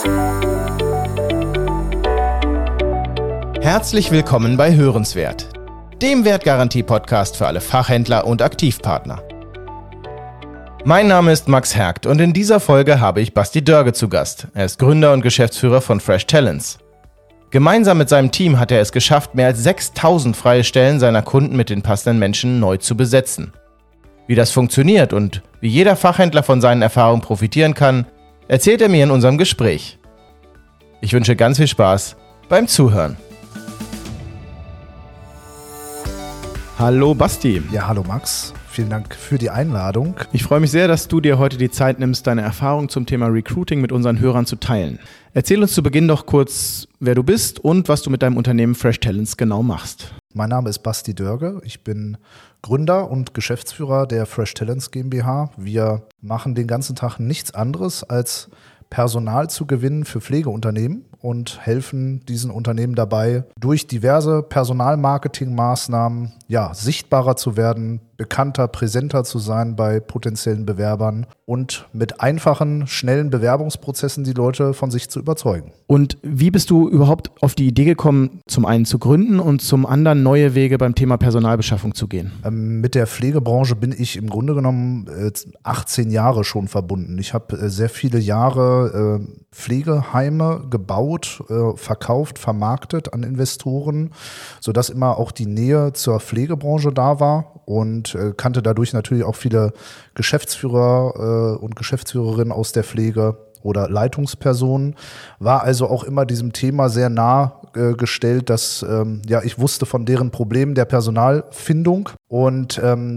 Herzlich willkommen bei Hörenswert, dem Wertgarantie-Podcast für alle Fachhändler und Aktivpartner. Mein Name ist Max Hergt und in dieser Folge habe ich Basti Dörge zu Gast. Er ist Gründer und Geschäftsführer von Fresh Talents. Gemeinsam mit seinem Team hat er es geschafft, mehr als 6.000 freie Stellen seiner Kunden mit den passenden Menschen neu zu besetzen. Wie das funktioniert und wie jeder Fachhändler von seinen Erfahrungen profitieren kann, erzählt er mir in unserem Gespräch. Ich wünsche ganz viel Spaß beim Zuhören. Hallo Basti. Ja, hallo Max. Vielen Dank für die Einladung. Ich freue mich sehr, dass du dir heute die Zeit nimmst, deine Erfahrung zum Thema Recruiting mit unseren Hörern zu teilen. Erzähl uns zu Beginn doch kurz, wer du bist und was du mit deinem Unternehmen Fresh Talents genau machst. Mein Name ist Basti Dörge. Ich bin Gründer und Geschäftsführer der Fresh Talents GmbH. Wir machen den ganzen Tag nichts anderes als Personal zu gewinnen für Pflegeunternehmen und helfen diesen Unternehmen dabei, durch diverse Personalmarketingmaßnahmen sichtbarer zu werden, bekannter, präsenter zu sein bei potenziellen Bewerbern und mit einfachen, schnellen Bewerbungsprozessen die Leute von sich zu überzeugen. Und wie bist du überhaupt auf die Idee gekommen, zum einen zu gründen und zum anderen neue Wege beim Thema Personalbeschaffung zu gehen? Mit der Pflegebranche bin ich im Grunde genommen 18 Jahre schon verbunden. Ich habe sehr viele Jahre Pflegeheime gebaut, verkauft, vermarktet an Investoren, sodass immer auch die Nähe zur Pflegebranche da war und kannte dadurch natürlich auch viele Geschäftsführer und Geschäftsführerinnen aus der Pflege oder Leitungspersonen, war also auch immer diesem Thema sehr nah gestellt, dass ich wusste von deren Problemen der Personalfindung. Und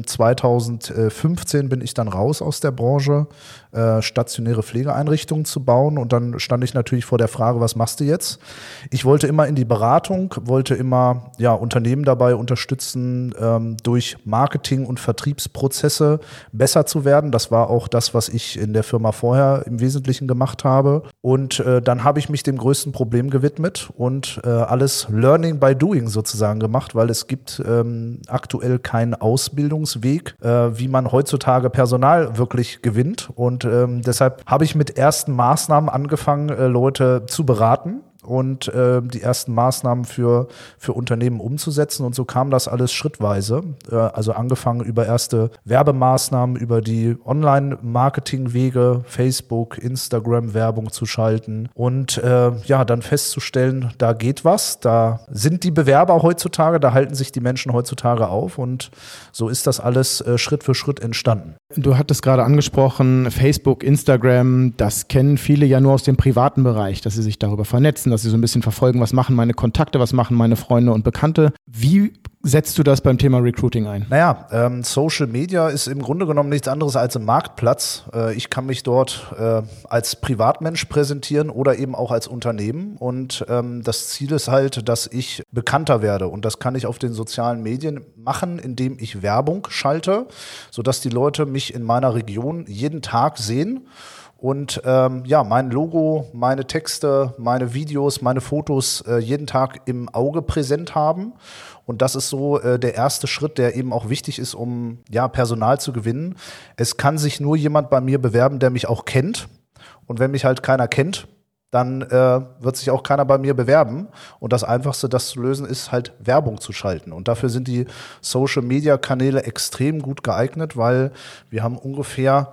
2015 bin ich dann raus aus der Branche, stationäre Pflegeeinrichtungen zu bauen. Und dann stand ich natürlich vor der Frage, was machst du jetzt? Ich wollte immer in die Beratung, wollte immer Unternehmen dabei unterstützen, durch Marketing- und Vertriebsprozesse besser zu werden. Das war auch das, was ich in der Firma vorher im Wesentlichen gemacht habe. Und dann habe ich mich dem größten Problem gewidmet und alles Learning by Doing sozusagen gemacht, weil es gibt aktuell keinen Ausbildungsweg, wie man heutzutage Personal wirklich gewinnt. Und deshalb habe ich mit ersten Maßnahmen angefangen, Leute zu beraten und die ersten Maßnahmen für Unternehmen umzusetzen. Und so kam das alles schrittweise. Also angefangen über erste Werbemaßnahmen, über die Online-Marketing-Wege, Facebook, Instagram Werbung zu schalten und dann festzustellen, da geht was, da sind die Bewerber heutzutage, da halten sich die Menschen heutzutage auf und so ist das alles Schritt für Schritt entstanden. Du hattest gerade angesprochen, Facebook, Instagram, das kennen viele ja nur aus dem privaten Bereich, dass sie sich darüber vernetzen, dass sie so ein bisschen verfolgen, was machen meine Kontakte, was machen meine Freunde und Bekannte. Wie setzt du das beim Thema Recruiting ein? Social Media ist im Grunde genommen nichts anderes als ein Marktplatz. Ich kann mich dort als Privatmensch präsentieren oder eben auch als Unternehmen. Und das Ziel ist halt, dass ich bekannter werde. Und das kann ich auf den sozialen Medien machen, indem ich Werbung schalte, sodass die Leute mich in meiner Region jeden Tag sehen. Und mein Logo, meine Texte, meine Videos, meine Fotos jeden Tag im Auge präsent haben. Und das ist so der erste Schritt, der eben auch wichtig ist, um Personal zu gewinnen. Es kann sich nur jemand bei mir bewerben, der mich auch kennt. Und wenn mich halt keiner kennt, dann wird sich auch keiner bei mir bewerben. Und das Einfachste, das zu lösen, ist halt Werbung zu schalten. Und dafür sind die Social-Media-Kanäle extrem gut geeignet, weil wir haben ungefähr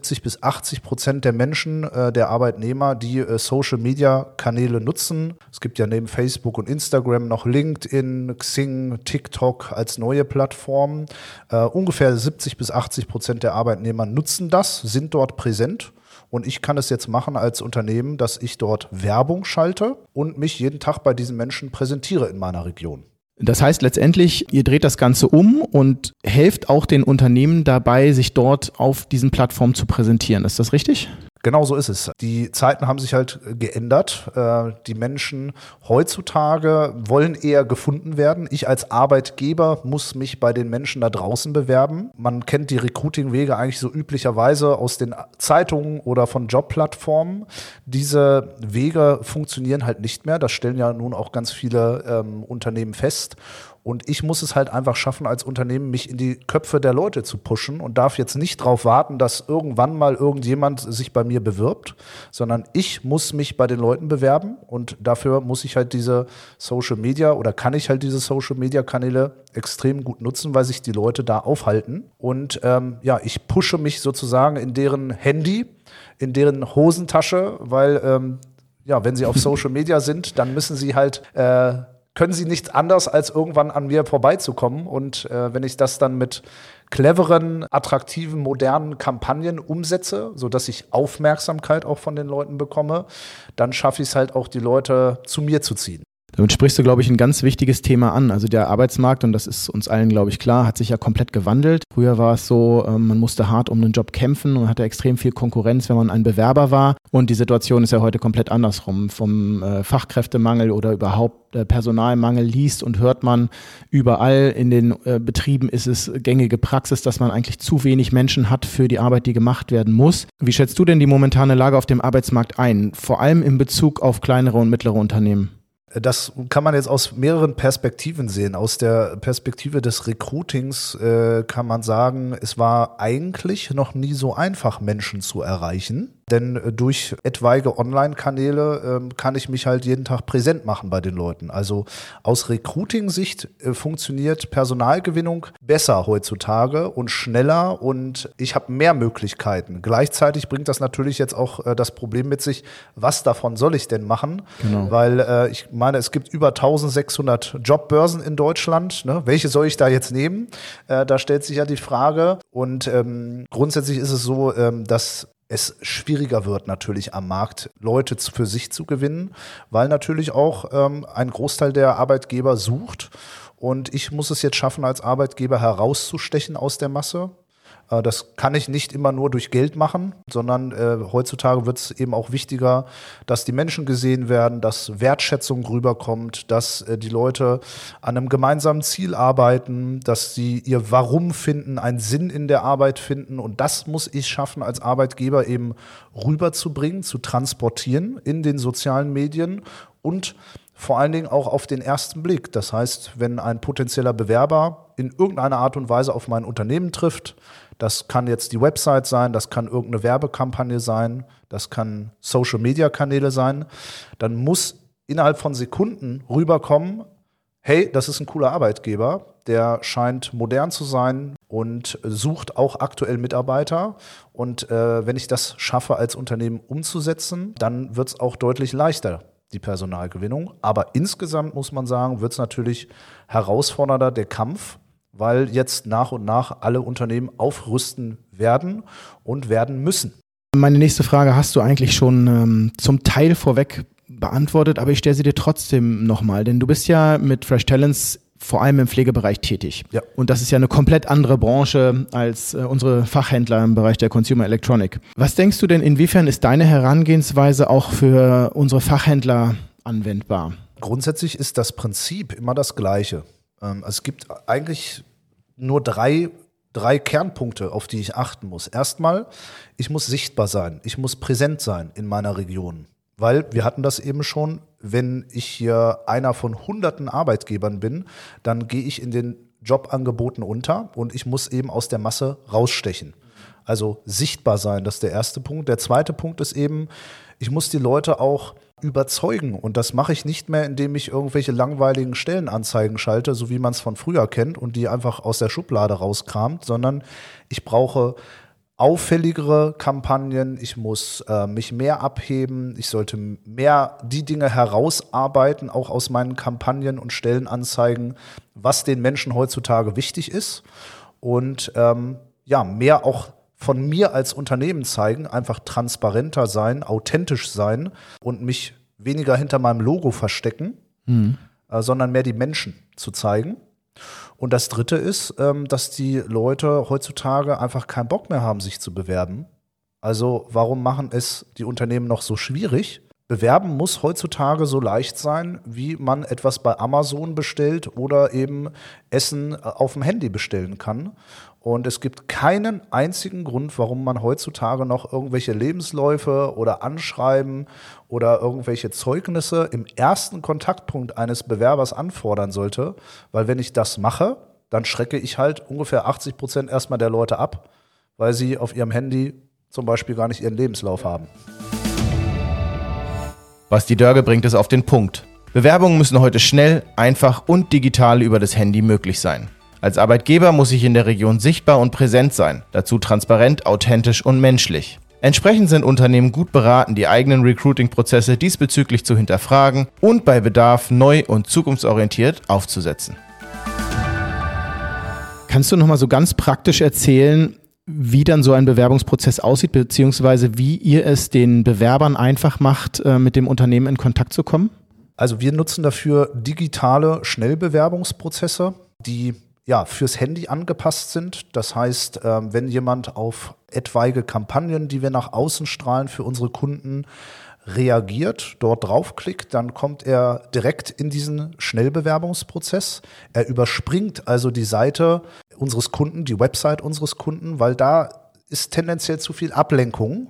70-80% der Menschen, der Arbeitnehmer, die Social-Media-Kanäle nutzen. Es gibt ja neben Facebook und Instagram noch LinkedIn, Xing, TikTok als neue Plattformen. Ungefähr 70-80% der Arbeitnehmer nutzen das, sind dort präsent. Und ich kann es jetzt machen als Unternehmen, dass ich dort Werbung schalte und mich jeden Tag bei diesen Menschen präsentiere in meiner Region. Das heißt letztendlich, ihr dreht das Ganze um und helft auch den Unternehmen dabei, sich dort auf diesen Plattformen zu präsentieren. Ist das richtig? Genau so ist es. Die Zeiten haben sich halt geändert. Die Menschen heutzutage wollen eher gefunden werden. Ich als Arbeitgeber muss mich bei den Menschen da draußen bewerben. Man kennt die Recruiting-Wege eigentlich so üblicherweise aus den Zeitungen oder von Jobplattformen. Diese Wege funktionieren halt nicht mehr. Das stellen ja nun auch ganz viele Unternehmen fest. Und ich muss es halt einfach schaffen, als Unternehmen mich in die Köpfe der Leute zu pushen und darf jetzt nicht darauf warten, dass irgendwann mal irgendjemand sich bei mir bewirbt, sondern ich muss mich bei den Leuten bewerben und dafür muss ich halt diese Social Media oder kann ich halt diese Social Media Kanäle extrem gut nutzen, weil sich die Leute da aufhalten. Und ich pushe mich sozusagen in deren Handy, in deren Hosentasche, weil wenn sie auf Social Media sind, dann müssen sie halt können sie nichts anders, als irgendwann an mir vorbeizukommen. Und wenn ich das dann mit cleveren, attraktiven, modernen Kampagnen umsetze, sodass ich Aufmerksamkeit auch von den Leuten bekomme, dann schaffe ich es halt auch, die Leute zu mir zu ziehen. Damit sprichst du, glaube ich, ein ganz wichtiges Thema an. Also der Arbeitsmarkt, und das ist uns allen, glaube ich, klar, hat sich ja komplett gewandelt. Früher war es so, man musste hart um einen Job kämpfen und hatte extrem viel Konkurrenz, wenn man ein Bewerber war. Und die Situation ist ja heute komplett andersrum. Vom Fachkräftemangel oder überhaupt Personalmangel liest und hört man überall. In den Betrieben ist es gängige Praxis, dass man eigentlich zu wenig Menschen hat für die Arbeit, die gemacht werden muss. Wie schätzt du denn die momentane Lage auf dem Arbeitsmarkt ein? Vor allem in Bezug auf kleinere und mittlere Unternehmen. Das kann man jetzt aus mehreren Perspektiven sehen. Aus der Perspektive des Recruitings kann man sagen, es war eigentlich noch nie so einfach, Menschen zu erreichen. Denn durch etwaige Online-Kanäle kann ich mich halt jeden Tag präsent machen bei den Leuten. Also aus Recruiting-Sicht funktioniert Personalgewinnung besser heutzutage und schneller und ich habe mehr Möglichkeiten. Gleichzeitig bringt das natürlich jetzt auch das Problem mit sich, was davon soll ich denn machen? Genau. Weil ich meine, es gibt über 1600 Jobbörsen in Deutschland. Ne? Welche soll ich da jetzt nehmen? Da stellt sich ja die Frage. Und grundsätzlich ist es so, dass es schwieriger wird natürlich am Markt, Leute für sich zu gewinnen, weil natürlich auch ein Großteil der Arbeitgeber sucht. Und ich muss es jetzt schaffen, als Arbeitgeber herauszustechen aus der Masse. Das kann ich nicht immer nur durch Geld machen, sondern heutzutage wird es eben auch wichtiger, dass die Menschen gesehen werden, dass Wertschätzung rüberkommt, dass die Leute an einem gemeinsamen Ziel arbeiten, dass sie ihr Warum finden, einen Sinn in der Arbeit finden. Und das muss ich schaffen, als Arbeitgeber eben rüberzubringen, zu transportieren in den sozialen Medien und vor allen Dingen auch auf den ersten Blick. Das heißt, wenn ein potenzieller Bewerber in irgendeiner Art und Weise auf mein Unternehmen trifft, das kann jetzt die Website sein, das kann irgendeine Werbekampagne sein, das kann Social-Media-Kanäle sein, dann muss innerhalb von Sekunden rüberkommen, hey, das ist ein cooler Arbeitgeber, der scheint modern zu sein und sucht auch aktuell Mitarbeiter. Und wenn ich das schaffe, als Unternehmen umzusetzen, dann wird es auch deutlich leichter, die Personalgewinnung. Aber insgesamt muss man sagen, wird es natürlich herausfordernder, der Kampf, weil jetzt nach und nach alle Unternehmen aufrüsten werden und werden müssen. Meine nächste Frage hast du eigentlich schon zum Teil vorweg beantwortet, aber ich stelle sie dir trotzdem nochmal, denn du bist ja mit Fresh Talents vor allem im Pflegebereich tätig. Ja. Und das ist ja eine komplett andere Branche als unsere Fachhändler im Bereich der Consumer Electronic. Was denkst du denn, inwiefern ist deine Herangehensweise auch für unsere Fachhändler anwendbar? Grundsätzlich ist das Prinzip immer das Gleiche. Es gibt eigentlich nur drei Kernpunkte, auf die ich achten muss. Erstmal, ich muss sichtbar sein, ich muss präsent sein in meiner Region. Weil, wir hatten das eben schon, wenn ich hier einer von hunderten Arbeitgebern bin, dann gehe ich in den Jobangeboten unter und ich muss eben aus der Masse rausstechen. Also sichtbar sein, das ist der erste Punkt. Der zweite Punkt ist eben, ich muss die Leute auch überzeugen. Und das mache ich nicht mehr, indem ich irgendwelche langweiligen Stellenanzeigen schalte, so wie man es von früher kennt und die einfach aus der Schublade rauskramt, sondern ich brauche auffälligere Kampagnen, ich muss mich mehr abheben, ich sollte mehr die Dinge herausarbeiten, auch aus meinen Kampagnen und Stellenanzeigen, was den Menschen heutzutage wichtig ist und mehr auch von mir als Unternehmen zeigen, einfach transparenter sein, authentisch sein und mich weniger hinter meinem Logo verstecken, sondern mehr die Menschen zu zeigen. Und das Dritte ist, dass die Leute heutzutage einfach keinen Bock mehr haben, sich zu bewerben. Also warum machen es die Unternehmen noch so schwierig? Bewerben muss heutzutage so leicht sein, wie man etwas bei Amazon bestellt oder eben Essen auf dem Handy bestellen kann. Und es gibt keinen einzigen Grund, warum man heutzutage noch irgendwelche Lebensläufe oder Anschreiben oder irgendwelche Zeugnisse im ersten Kontaktpunkt eines Bewerbers anfordern sollte. Weil wenn ich das mache, dann schrecke ich halt ungefähr 80% erstmal der Leute ab, weil sie auf ihrem Handy zum Beispiel gar nicht ihren Lebenslauf haben. Basti Dörge bringt es auf den Punkt. Bewerbungen müssen heute schnell, einfach und digital über das Handy möglich sein. Als Arbeitgeber muss ich in der Region sichtbar und präsent sein, dazu transparent, authentisch und menschlich. Entsprechend sind Unternehmen gut beraten, die eigenen Recruiting-Prozesse diesbezüglich zu hinterfragen und bei Bedarf neu und zukunftsorientiert aufzusetzen. Kannst du nochmal so ganz praktisch erzählen, wie dann so ein Bewerbungsprozess aussieht, beziehungsweise wie ihr es den Bewerbern einfach macht, mit dem Unternehmen in Kontakt zu kommen? Also wir nutzen dafür digitale Schnellbewerbungsprozesse, die fürs Handy angepasst sind. Das heißt, wenn jemand auf etwaige Kampagnen, die wir nach außen strahlen für unsere Kunden, reagiert, dort draufklickt, dann kommt er direkt in diesen Schnellbewerbungsprozess. Er überspringt also die Seite unseres Kunden, die Website unseres Kunden, weil da ist tendenziell zu viel Ablenkung.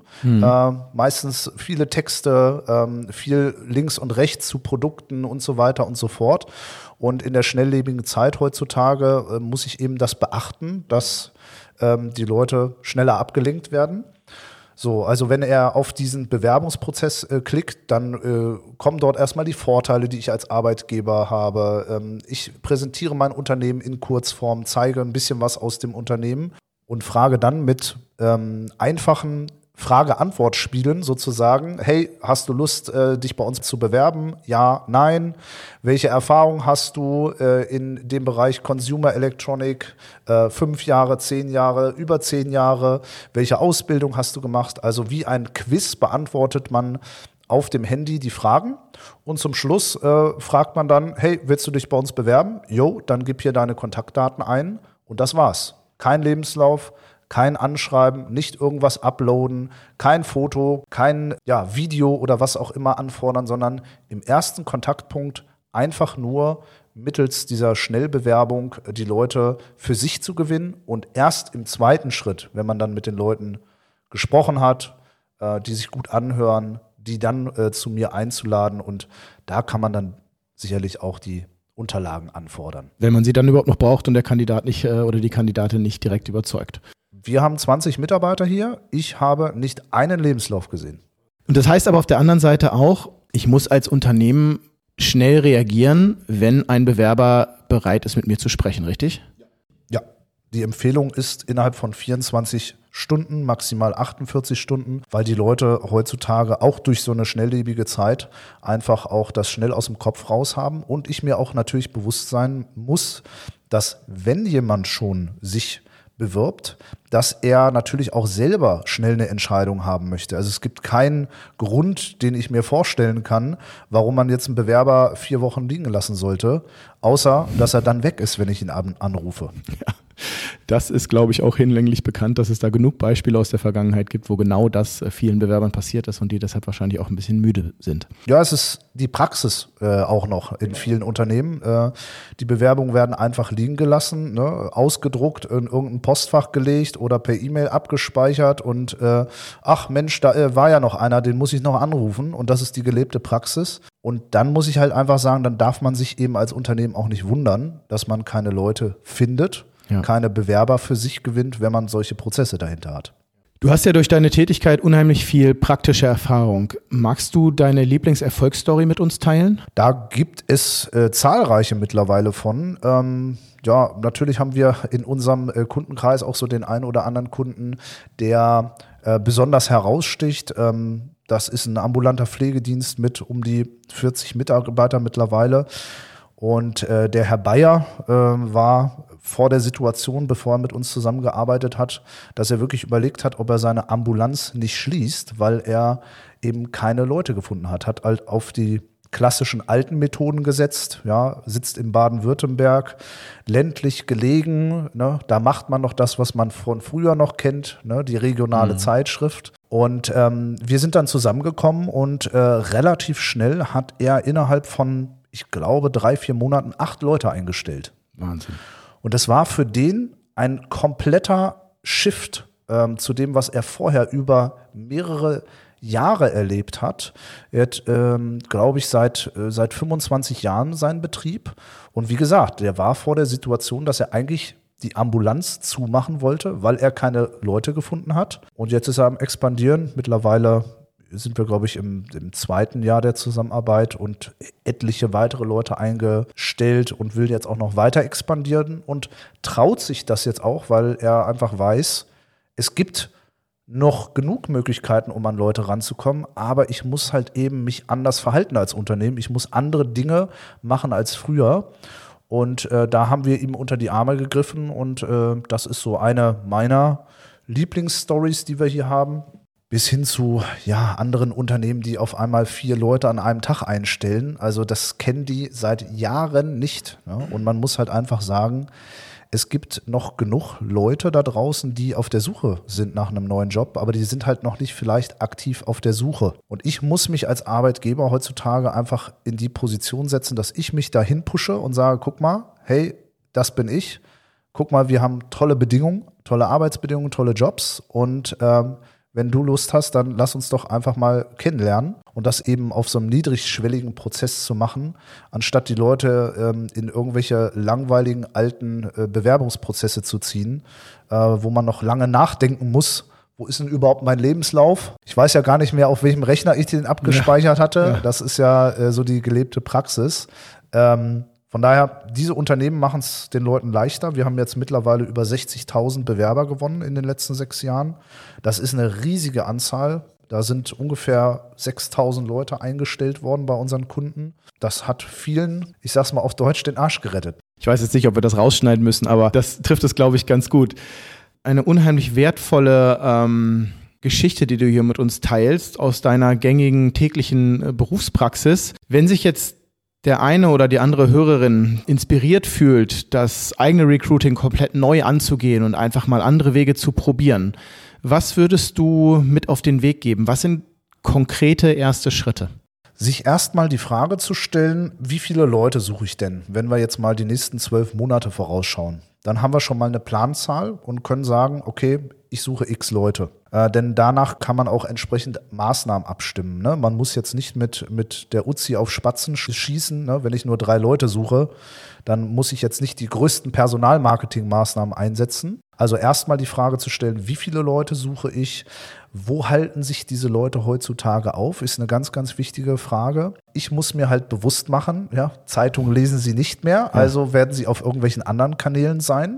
Meistens viele Texte, viel links und rechts zu Produkten und so weiter und so fort. Und in der schnelllebigen Zeit heutzutage muss ich eben das beachten, dass die Leute schneller abgelenkt werden. So, also wenn er auf diesen Bewerbungsprozess klickt, dann kommen dort erstmal die Vorteile, die ich als Arbeitgeber habe. Ich präsentiere mein Unternehmen in Kurzform, zeige ein bisschen was aus dem Unternehmen und frage dann mit einfachen Frage-Antwort-Spielen sozusagen, hey, hast du Lust, dich bei uns zu bewerben? Ja, nein. Welche Erfahrung hast du in dem Bereich Consumer Electronic? 5 Jahre, 10 Jahre, über 10 Jahre? Welche Ausbildung hast du gemacht? Also wie ein Quiz beantwortet man auf dem Handy die Fragen und zum Schluss fragt man dann, hey, willst du dich bei uns bewerben? Jo, dann gib hier deine Kontaktdaten ein und das war's. Kein Lebenslauf, kein Anschreiben, nicht irgendwas uploaden, kein Foto, kein Video oder was auch immer anfordern, sondern im ersten Kontaktpunkt einfach nur mittels dieser Schnellbewerbung die Leute für sich zu gewinnen und erst im zweiten Schritt, wenn man dann mit den Leuten gesprochen hat, die sich gut anhören, die dann zu mir einzuladen und da kann man dann sicherlich auch die Unterlagen anfordern. Wenn man sie dann überhaupt noch braucht und der Kandidat nicht oder die Kandidatin nicht direkt überzeugt. Wir haben 20 Mitarbeiter hier. Ich habe nicht einen Lebenslauf gesehen. Und das heißt aber auf der anderen Seite auch, ich muss als Unternehmen schnell reagieren, wenn ein Bewerber bereit ist, mit mir zu sprechen, richtig? Ja, die Empfehlung ist innerhalb von 24 Stunden, maximal 48 Stunden, weil die Leute heutzutage auch durch so eine schnelllebige Zeit einfach auch das schnell aus dem Kopf raus haben und ich mir auch natürlich bewusst sein muss, dass wenn jemand schon sich bewirbt, dass er natürlich auch selber schnell eine Entscheidung haben möchte. Also es gibt keinen Grund, den ich mir vorstellen kann, warum man jetzt einen Bewerber 4 Wochen liegen lassen sollte, außer dass er dann weg ist, wenn ich ihn anrufe. Ja, das ist, glaube ich, auch hinlänglich bekannt, dass es da genug Beispiele aus der Vergangenheit gibt, wo genau das vielen Bewerbern passiert ist und die deshalb wahrscheinlich auch ein bisschen müde sind. Ja, es ist die Praxis auch noch in vielen Unternehmen. Die Bewerbungen werden einfach liegen gelassen, ne, ausgedruckt, in irgendein Postfach gelegt oder per E-Mail abgespeichert und ach Mensch, da war ja noch einer, den muss ich noch anrufen und das ist die gelebte Praxis. Und dann muss ich halt einfach sagen, dann darf man sich eben als Unternehmen auch nicht wundern, dass man keine Leute findet, keine Bewerber für sich gewinnt, wenn man solche Prozesse dahinter hat. Du hast ja durch deine Tätigkeit unheimlich viel praktische Erfahrung. Magst du deine Lieblingserfolgsstory mit uns teilen? Da gibt es zahlreiche mittlerweile von. Natürlich haben wir in unserem Kundenkreis auch so den einen oder anderen Kunden, der besonders heraussticht. Das ist ein ambulanter Pflegedienst mit um die 40 Mitarbeiter mittlerweile. Und der Herr Bayer war vor der Situation, bevor er mit uns zusammengearbeitet hat, dass er wirklich überlegt hat, ob er seine Ambulanz nicht schließt, weil er eben keine Leute gefunden hat. Hat halt auf die klassischen alten Methoden gesetzt, sitzt in Baden-Württemberg, ländlich gelegen, ne, da macht man noch das, was man von früher noch kennt, ne, die regionale Zeitschrift. Und wir sind dann zusammengekommen und relativ schnell hat er innerhalb von, ich glaube, 3-4 Monaten 8 Leute eingestellt. Wahnsinn. Und das war für den ein kompletter Shift zu dem, was er vorher über mehrere Jahre erlebt hat. Er hat, glaube ich, seit 25 Jahren seinen Betrieb. Und wie gesagt, der war vor der Situation, dass er eigentlich die Ambulanz zumachen wollte, weil er keine Leute gefunden hat. Und jetzt ist er am Expandieren. Mittlerweile sind wir, glaube ich, im 2. Jahr der Zusammenarbeit und etliche weitere Leute eingestellt und will jetzt auch noch weiter expandieren und traut sich das jetzt auch, weil er einfach weiß, es gibt noch genug Möglichkeiten, um an Leute ranzukommen, aber ich muss halt eben mich anders verhalten als Unternehmen. Ich muss andere Dinge machen als früher. Und da haben wir ihm unter die Arme gegriffen und das ist so eine meiner Lieblingsstories, die wir hier haben. Bis hin zu anderen Unternehmen, die auf einmal 4 Leute an einem Tag einstellen. Also das kennen die seit Jahren nicht. Ja? Und man muss halt einfach sagen, es gibt noch genug Leute da draußen, die auf der Suche sind nach einem neuen Job, aber die sind halt noch nicht vielleicht aktiv auf der Suche. Und ich muss mich als Arbeitgeber heutzutage einfach in die Position setzen, dass ich mich dahin pushe und sage, guck mal, hey, das bin ich. Guck mal, wir haben tolle Bedingungen, tolle Arbeitsbedingungen, tolle Jobs und wenn du Lust hast, dann lass uns doch einfach mal kennenlernen und das eben auf so einem niedrigschwelligen Prozess zu machen, anstatt die Leute in irgendwelche langweiligen alten Bewerbungsprozesse zu ziehen, wo man noch lange nachdenken muss. Wo ist denn überhaupt mein Lebenslauf? Ich weiß ja gar nicht mehr, auf welchem Rechner ich den abgespeichert hatte. Ja. Das ist ja so die gelebte Praxis. Von daher, diese Unternehmen machen es den Leuten leichter. Wir haben jetzt mittlerweile über 60.000 Bewerber gewonnen in den letzten 6 Jahren. Das ist eine riesige Anzahl. Da sind ungefähr 6.000 Leute eingestellt worden bei unseren Kunden. Das hat vielen, ich sag's mal auf Deutsch, den Arsch gerettet. Ich weiß jetzt nicht, ob wir das rausschneiden müssen, aber das trifft es, glaube ich, ganz gut. Eine unheimlich wertvolle Geschichte, die du hier mit uns teilst, aus deiner gängigen täglichen Berufspraxis. Wenn sich jetzt der eine oder die andere Hörerin inspiriert fühlt, das eigene Recruiting komplett neu anzugehen und einfach mal andere Wege zu probieren, was würdest du mit auf den Weg geben? Was sind konkrete erste Schritte? Sich erstmal die Frage zu stellen, wie viele Leute suche ich denn, wenn wir jetzt mal die nächsten 12 Monate vorausschauen? Dann haben wir schon mal eine Planzahl und können sagen, okay, ich suche x Leute. Denn danach kann man auch entsprechend Maßnahmen abstimmen. Ne? Man muss jetzt nicht mit der Uzi auf Spatzen schießen. Ne? Wenn ich nur 3 Leute suche, dann muss ich jetzt nicht die größten Personalmarketing-Maßnahmen einsetzen. Also erstmal die Frage zu stellen, wie viele Leute suche ich? Wo halten sich diese Leute heutzutage auf? Ist eine ganz, ganz wichtige Frage. Ich muss mir halt bewusst machen, ja, Zeitungen lesen sie nicht mehr, also werden sie auf irgendwelchen anderen Kanälen sein.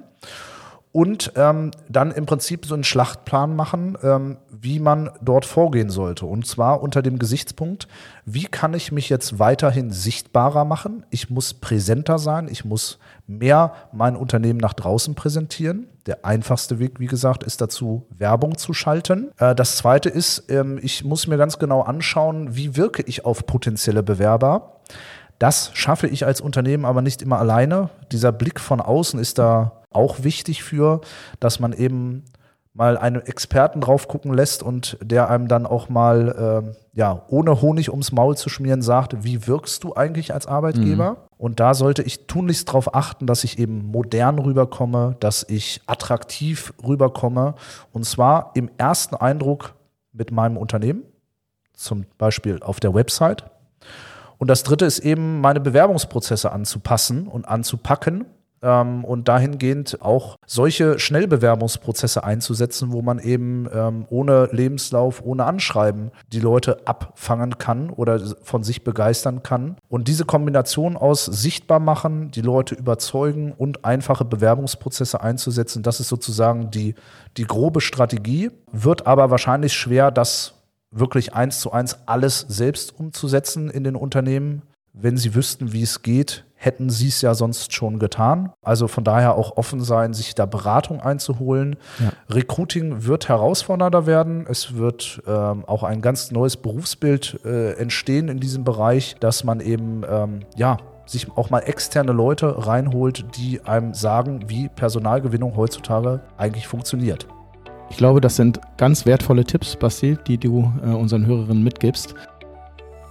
Und dann im Prinzip so einen Schlachtplan machen, wie man dort vorgehen sollte. Und zwar unter dem Gesichtspunkt, wie kann ich mich jetzt weiterhin sichtbarer machen? Ich muss präsenter sein, ich muss mehr mein Unternehmen nach draußen präsentieren. Der einfachste Weg, wie gesagt, ist dazu, Werbung zu schalten. Das Zweite ist, ich muss mir ganz genau anschauen, wie wirke ich auf potenzielle Bewerber. Das schaffe ich als Unternehmen aber nicht immer alleine. Dieser Blick von außen ist da auch wichtig für, dass man eben mal einen Experten drauf gucken lässt und der einem dann auch mal, ohne Honig ums Maul zu schmieren, sagt, wie wirkst du eigentlich als Arbeitgeber? Mhm. Und da sollte ich tunlichst darauf achten, dass ich eben modern rüberkomme, dass ich attraktiv rüberkomme. Und zwar im ersten Eindruck mit meinem Unternehmen, zum Beispiel auf der Website. Und das Dritte ist eben, meine Bewerbungsprozesse anzupassen und anzupacken und dahingehend auch solche Schnellbewerbungsprozesse einzusetzen, wo man eben ohne Lebenslauf, ohne Anschreiben die Leute abfangen kann oder von sich begeistern kann. Und diese Kombination aus sichtbar machen, die Leute überzeugen und einfache Bewerbungsprozesse einzusetzen, das ist sozusagen die grobe Strategie, wird aber wahrscheinlich schwer, das wirklich 1:1 alles selbst umzusetzen in den Unternehmen. Wenn sie wüssten, wie es geht, hätten sie es ja sonst schon getan. Also von daher auch offen sein, sich da Beratung einzuholen. Ja. Recruiting wird herausfordernder werden. Es wird auch ein ganz neues Berufsbild entstehen in diesem Bereich, dass man eben sich auch mal externe Leute reinholt, die einem sagen, wie Personalgewinnung heutzutage eigentlich funktioniert. Ich glaube, das sind ganz wertvolle Tipps, Basti, die du unseren Hörerinnen mitgibst.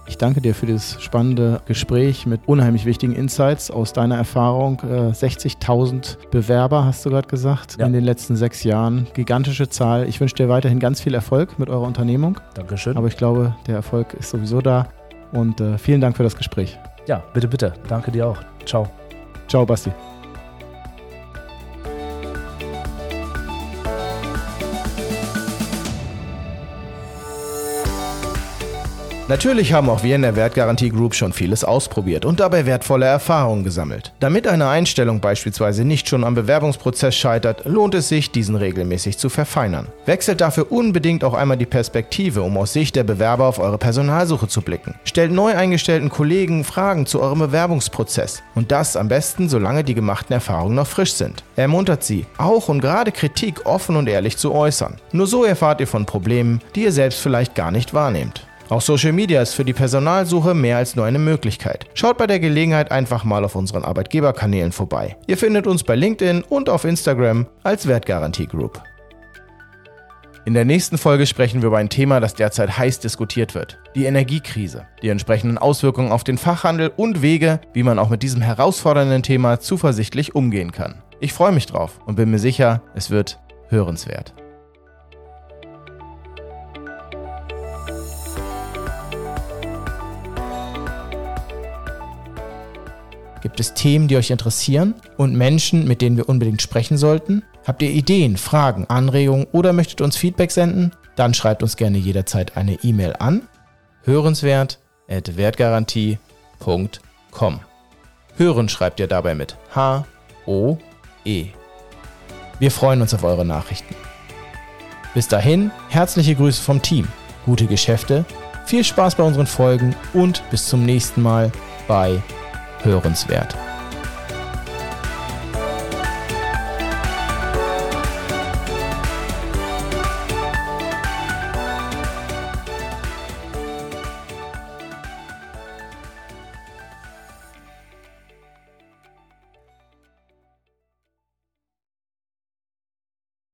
Ich danke dir für dieses spannende Gespräch mit unheimlich wichtigen Insights aus deiner Erfahrung. 60.000 Bewerber, hast du gerade gesagt, in den letzten 6 Jahren. Gigantische Zahl. Ich wünsche dir weiterhin ganz viel Erfolg mit eurer Unternehmung. Dankeschön. Aber ich glaube, der Erfolg ist sowieso da. Und vielen Dank für das Gespräch. Ja, bitte, bitte. Danke dir auch. Ciao. Ciao, Basti. Natürlich haben auch wir in der Wertgarantie Group schon vieles ausprobiert und dabei wertvolle Erfahrungen gesammelt. Damit eine Einstellung beispielsweise nicht schon am Bewerbungsprozess scheitert, lohnt es sich, diesen regelmäßig zu verfeinern. Wechselt dafür unbedingt auch einmal die Perspektive, um aus Sicht der Bewerber auf eure Personalsuche zu blicken. Stellt neu eingestellten Kollegen Fragen zu eurem Bewerbungsprozess. Und das am besten, solange die gemachten Erfahrungen noch frisch sind. Ermuntert sie, auch und gerade Kritik offen und ehrlich zu äußern. Nur so erfahrt ihr von Problemen, die ihr selbst vielleicht gar nicht wahrnehmt. Auch Social Media ist für die Personalsuche mehr als nur eine Möglichkeit. Schaut bei der Gelegenheit einfach mal auf unseren Arbeitgeberkanälen vorbei. Ihr findet uns bei LinkedIn und auf Instagram als Wertgarantie Group. In der nächsten Folge sprechen wir über ein Thema, das derzeit heiß diskutiert wird: die Energiekrise, die entsprechenden Auswirkungen auf den Fachhandel und Wege, wie man auch mit diesem herausfordernden Thema zuversichtlich umgehen kann. Ich freue mich drauf und bin mir sicher, es wird hörenswert. Gibt es Themen, die euch interessieren und Menschen, mit denen wir unbedingt sprechen sollten? Habt ihr Ideen, Fragen, Anregungen oder möchtet uns Feedback senden? Dann schreibt uns gerne jederzeit eine E-Mail an hörenswert@wertgarantie.com. Hören schreibt ihr dabei mit H-O-E. Wir freuen uns auf eure Nachrichten. Bis dahin, herzliche Grüße vom Team, gute Geschäfte, viel Spaß bei unseren Folgen und bis zum nächsten Mal bei Hörenswert.